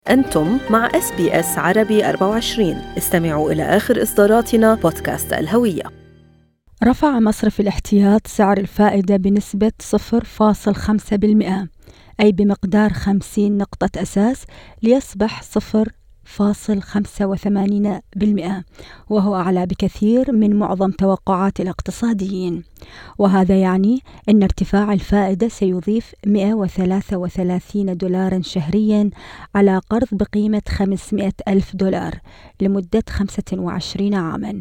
أنتم مع SBS عربي 24. استمعوا إلى آخر إصداراتنا بودكاست الهوية. رفع مصرف الاحتياط سعر الفائدة بنسبة 0.5%، أي بمقدار 50 نقطة أساس، ليصبح 0.85%، وهو أعلى بكثير من معظم توقعات الاقتصاديين. وهذا يعني أن ارتفاع الفائدة سيضيف $133 شهريا على قرض بقيمة $500,000 لمدة 25 عاما،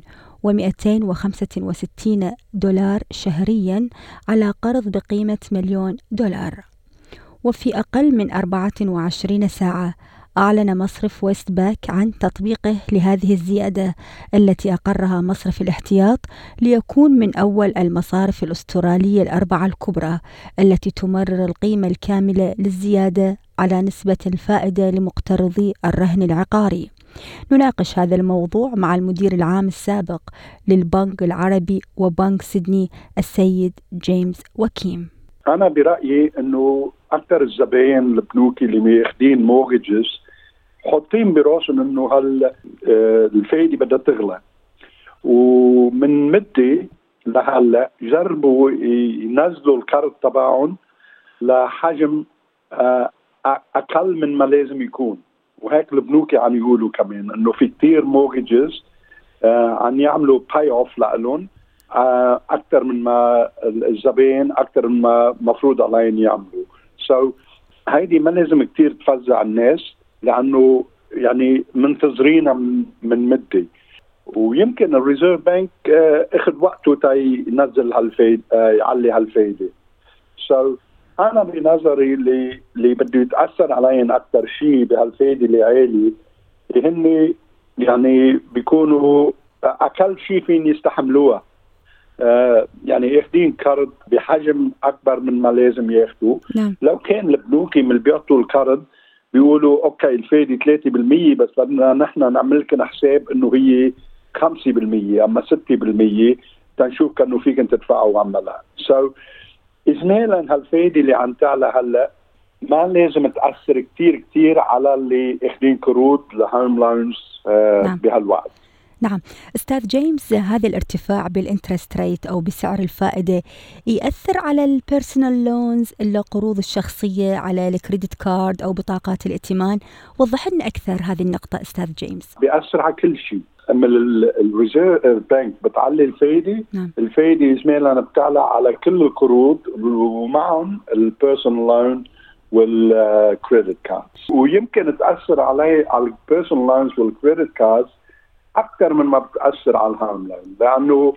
$265 شهريا على قرض بقيمة $1,000,000. وفي أقل من 24 ساعة أعلن مصرف ويست باك عن تطبيقه لهذه الزيادة التي أقرها مصرف الاحتياط، ليكون من أول المصارف الأسترالية الأربعة الكبرى التي تمرر القيمة الكاملة للزيادة على نسبة الفائدة لمقترضي الرهن العقاري. نناقش هذا الموضوع مع المدير العام السابق للبنك العربي وبنك سيدني، السيد جيمس وكيم. أنا برأيي أنه أكثر الزبائن البنوكي اللي ماخدين مورجز حاطين براسهم أنه الفايدة بدها تغلى، ومن مدة لهلا جربوا ينزلوا القرض تبعهم لحجم أقل من ما لازم يكون. وهيك البنوكي عم يقولوا كمان أنه في كتير مورجز عم يعملوا باي أوف لهم أكثر من ما الزبائن أكثر من ما مفروض عليهم يعملوا. هيدي ما لازم كتير تفزع الناس، لأنه يعني منتظرينها من مدة، ويمكن الريزيرف بانك اخذ وقته ينزل هالفايدة، يعلي هالفايدة. أنا بنظري اللي بده يتأثر عليهم أكثر شيء بهالفايدة اللي عالي هن يعني بيكونوا أقل شيء فين يستحملوها، يعني ياخدين قرض بحجم أكبر من ما لازم ياخدوا. لو كان البنوكي من اللي بيعطوا القرض بيقولوا أوكي الفايدة 3%، بس بدنا نحن نعمل لكم حساب إنه هي 5% أما 6%، تنشوف كأنه فيك أنت تدفعوا وعملها. إجمالا هالفايدة اللي عم تعلى هلا ما لازم تأثر كتير على اللي اخدين قروض لهوم لونز بهالوقت. نعم أستاذ جيمس، هذا الارتفاع بالانترست ريت أو بسعر الفائدة يأثر على البيرسونال لونز، القروض الشخصية، على الكريدت كارد أو بطاقات الائتمان؟ وضح لنا أكثر هذه النقطة أستاذ جيمس. بيأثر على كل شيء. أما الريزيرف بانك بتعلي الفايدة، الفايدة إجمالا بتعلى على كل القروض ومعهم البيرسونال لون والكريدت كاردز، ويمكن تأثر على البيرسونال لونز والكريدت كاردز أكثر من ما بتأثر على الهوم لون، لأنه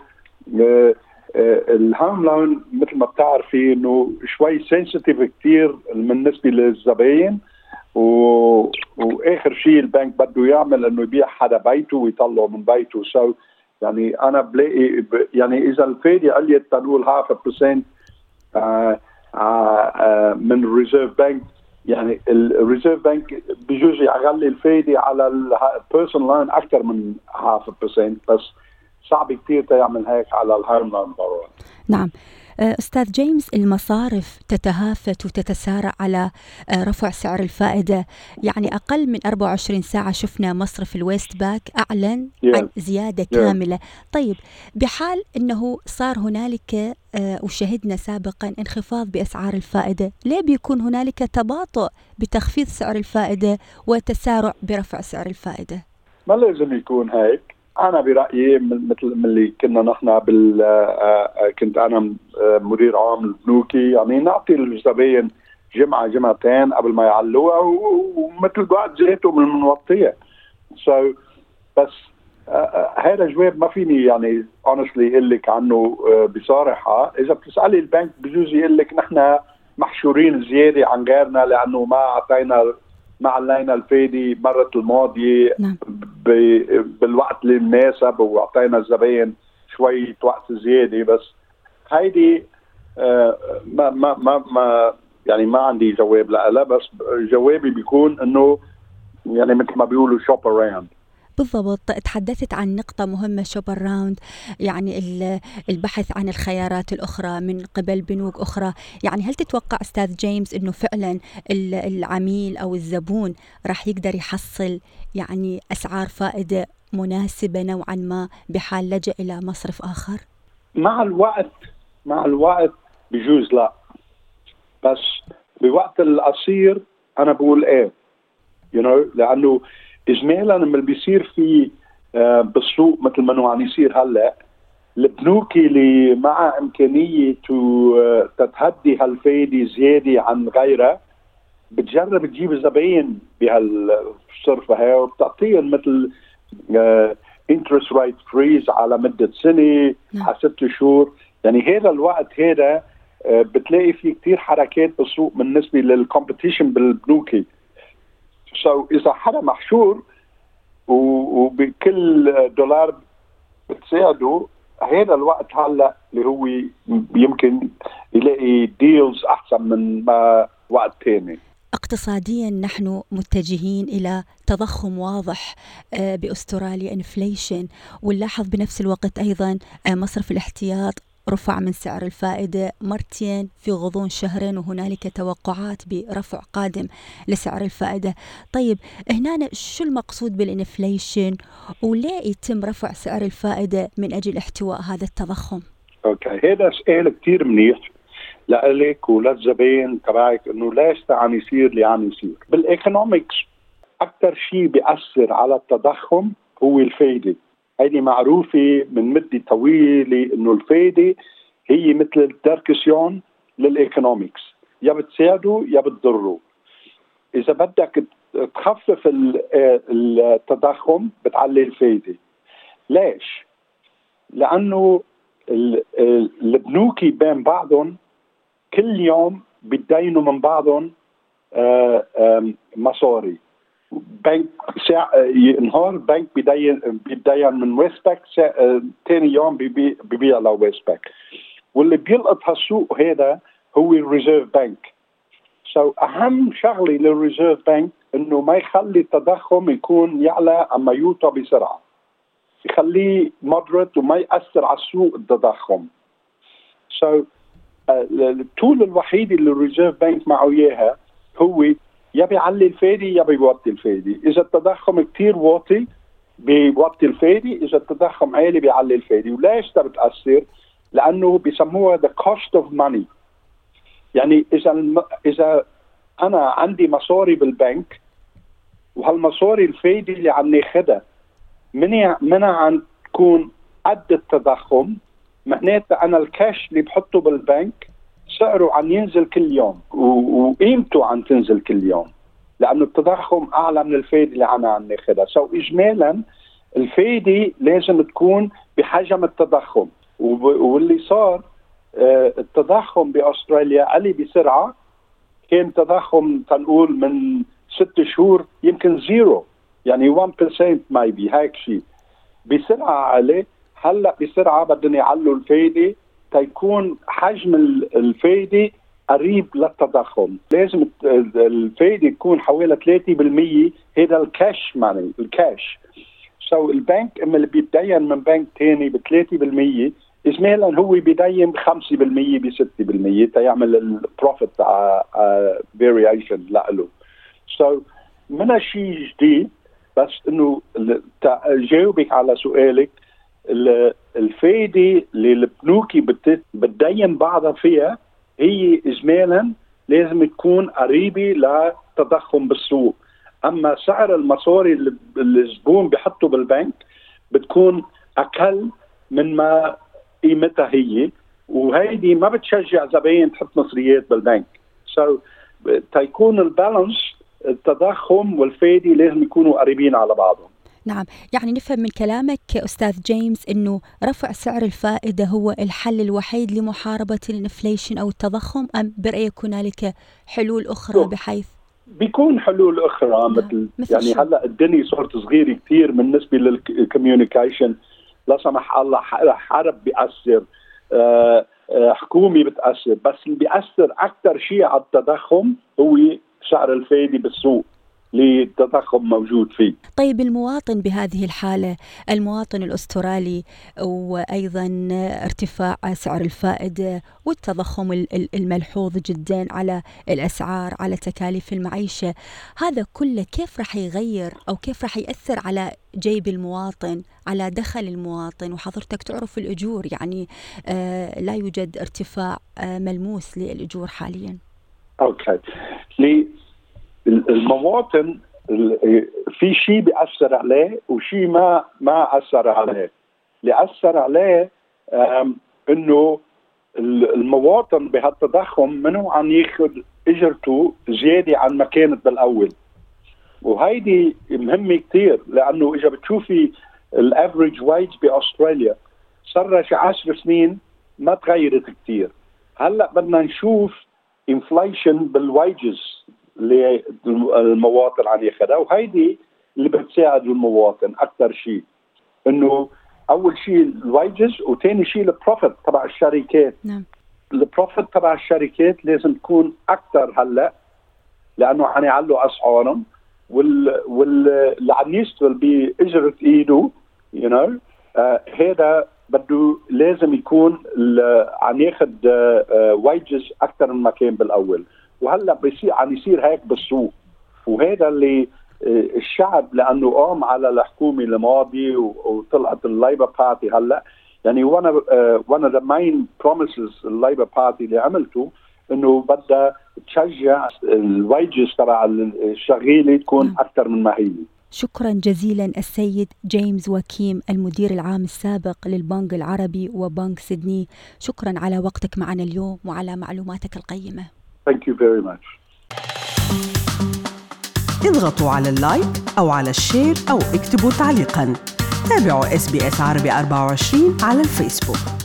الهوم لون مثل ما بتعرفي إنه شوي سنسيتيف كتير بالنسبة للزبائن، وآخر شيء البنك بده يعمل إنه يبيع حدا بيته ويطلعه من بيته. يعني أنا بلاقي يعني إذا الفايدة عليت تنقول 0.5% من الريزيرف بانك، يعني الريزيرف بانك بيجوز يغلي الفايدة على البيرسون لون أكثر من 0.5%، بس صعب كتير تعمل هيك على الهوم لون بارو. نعم أستاذ جيمس، المصارف تتهافت وتتسارع على رفع سعر الفائدة. يعني أقل من 24 ساعة شفنا مصرف الويست باك أعلن عن زيادة كاملة. طيب بحال أنه صار هنالك وشهدنا سابقا انخفاض بأسعار الفائدة، ليه بيكون هنالك تباطؤ بتخفيض سعر الفائدة وتسارع برفع سعر الفائدة؟ ما لازم يكون هيك. أنا برأيي مثل اللي كنا نحن كنت أنا مدير عام البنوكي، يعني نعطي الزبائن جمعتين قبل ما يعلوها، ومثل بعد ذاته من نوطيها. بس هذا جواب ما فيني يعني honestly يقول لك عنه بصراحة. إذا بتسألي البنك بجوز يقول لك نحن محشورين زيادة عن غيرنا لأنه ما علينا الفايدة مرة الماضية بالوقت اللي مناسب، وعطينا الزبائن شوية وقت زيادة. بس هيدي ما يعني ما عندي جواب لها، بس جوابي بيكون انه يعني مثل ما بيقولوا shop around. بالضبط. تحدثت عن نقطة مهمة شوبر راوند، يعني البحث عن الخيارات الأخرى من قبل بنوك أخرى. يعني هل تتوقع أستاذ جيمس أنه فعلا العميل أو الزبون راح يقدر يحصل يعني أسعار فائدة مناسبة نوعا ما بحال لجأ إلى مصرف آخر؟ مع الوقت بجوز لا، بس بوقت القصير أنا بقول إيه، لأنه إجمالا لما بيصير في بالسوق مثل ما عم يصير هلا، البنوك اللي مع إمكانية تتهدي هالفايدة زيادة عن غيرها بتجرب تجيب زباين بهالصرفة هاي، وبتعطيهم مثل interest rate freeze على مدة سنة على 6 شهور. يعني هذا الوقت هذا بتلاقي فيه كتير حركات بالسوق بالنسبة للكومبيتيشن بالبنوك. إذا حدا محشور وبكل دولار بتساعده، هذا الوقت هلا اللي هو يمكن يلاقي ديلز أحسن من ما وقت تاني. اقتصاديا نحن متجهين إلى تضخم واضح بأستراليا، انفليشن، ونلاحظ بنفس الوقت أيضا مصرف الاحتياط رفع من سعر الفائدة مرتين في غضون شهرين، وهنالك توقعات برفع قادم لسعر الفائدة. طيب هنا شو المقصود بالانفليشن، وليه يتم رفع سعر الفائدة من أجل احتواء هذا التضخم؟ أوكي، هذا سؤال كتير منيح لك وللزبائن تبعك، انه ليش عم يصير اللي عم يصير بالايكونومكس. اكثر شيء بيأثر على التضخم هو الفايده. هذه معروفه من مده طويله، انه الفايده هي مثل الدركسيون للايكونومكس، يا بتساعده يا بتضره. اذا بدك تخفف التضخم بتعلي الفايده. ليش؟ لانه البنوك بين بعضهم كل يوم بيدينوا من بعضهم مصاري. بنك ينهار بنك بيدين من ويستباك، ثاني يوم بيبيع لويستباك، واللي بيلقط هالسوق هذا هو الريزيرف بنك. أهم شغلة للريزيرف بنك إنه ما يخلي التضخم يكون يعلى أما يوطى بسرعة، يخليه مودريت وما يأثر على السوق التضخم. التول الوحيد اللي الريزيرف بنك معه اياها هو يا بيعلي الفايده يا بيوطي الفايده. اذا التضخم كتير واطي بيوطي الفايده، اذا التضخم عالي بيعلي الفايده. وليش ده بتاثر؟ لانه بيسموها the cost of money. يعني اذا انا عندي مصاري بالبنك، وهالمصاري الفايده اللي عم ناخدها منها عم تكون قد التضخم، معناتها أنا الكاش اللي بحطه بالبنك سعره عم ينزل كل يوم وقيمته عم تنزل كل يوم، لأنه التضخم أعلى من الفايدة اللي عم ناخدها. إجمالا الفايدة لازم تكون بحجم التضخم. واللي صار التضخم بأستراليا علي بسرعة. كان تضخم تنقول من 6 شهور يمكن زيرو، يعني 1% maybe هيك شيء، بسرعة عليه. هلا بسرعه بدهم يعلوا الفايده تيكون حجم الفايده قريب للتضخم. لازم الفايده تكون حوالي 3%. هذا الكاش ماني، الكاش. البنك اما اللي بيتدين من بنك ثاني ب 3%، اجمالا هو بيدين ب 5% ب 6% تيعمل البروفيت فاريشن له. من شيء جديد، بس انه جاوبك على سؤالك. الفايدة اللي البنوك بتدين بعضها فيها هي إجمالا لازم تكون قريبة لتضخم بالسوق. أما سعر المصاري اللي الزبون بيحطه بالبنك بتكون أقل من ما قيمتها هي، وهيدي ما بتشجع زباين تحط مصريات بالبنك. تيكون البالانس، التضخم والفايدة لازم يكونوا قريبين على بعضهم. نعم، يعني نفهم من كلامك أستاذ جيمس أنه رفع سعر الفائدة هو الحل الوحيد لمحاربة الانفليشن أو التضخم، أم برأيك هنالك حلول أخرى؟ بحيث بيكون حلول أخرى مثل يعني هلأ الدنيا صارت صغيرة كتير بالنسبة للكوميونيكيشن. لا سمح الله حرب بيأثر، حكومي بتأثر، بس اللي بيأثر أكثر شيء على التضخم هو سعر الفائدة بالسوق. للتضخم موجود فيه. طيب المواطن بهذه الحالة، المواطن الأسترالي، وأيضا ارتفاع سعر الفائدة والتضخم الملحوظ جدا على الأسعار، على تكاليف المعيشة، هذا كله كيف رح يغير أو كيف رح يأثر على جيب المواطن، على دخل المواطن؟ وحضرتك تعرف الأجور، يعني لا يوجد ارتفاع ملموس للأجور حاليا. أوكي، المواطن في شيء بيأثر عليه وشيء ما أثر عليه. اللي أثر عليه إنه المواطن بهالتضخم منه عم ياخذ اجرته زيادة عن ما كانت بالأول، وهيدي مهمة كتير، لأنه إذا بتشوفي الافريج وايج بأستراليا صار شي 10 سنين ما تغيرت كتير. هلأ بدنا نشوف انفليشن بالوايجز اللي المواطن عم ياخذها، وهيدي اللي بتساعد المواطن أكثر شيء. إنه أول شيء الوايجز، وثاني شيء البروفيت تبع الشركات. نعم. البروفيت تبع الشركات لازم تكون أكثر هلأ، لأنه عم يعلوا أسعارهم، واللي عم يشتغل بإجرة إيده هذا بده لازم يكون عم ياخذ وايجز أكثر من ما كان بالأول. وهلا عم يصير هيك بالسوق، وهذا اللي الشعب لانه قام على الحكومه الماضيه وطلعت الليبر بارتي هلا، يعني one of the main promises الليبر بارتي اللي عملته انه بدها تشجع الوايجز تبع الشغيله تكون اكثر من ما هي. شكرا جزيلا السيد جيمس وكيم، المدير العام السابق للبنك العربي وبنك سيدني. شكرا على وقتك معنا اليوم وعلى معلوماتك القيمة. Thank you very much. اضغطوا على اللايك أو على الشير أو اكتبوا تعليقاً. تابعوا SBS عربي 24 على الفيسبوك.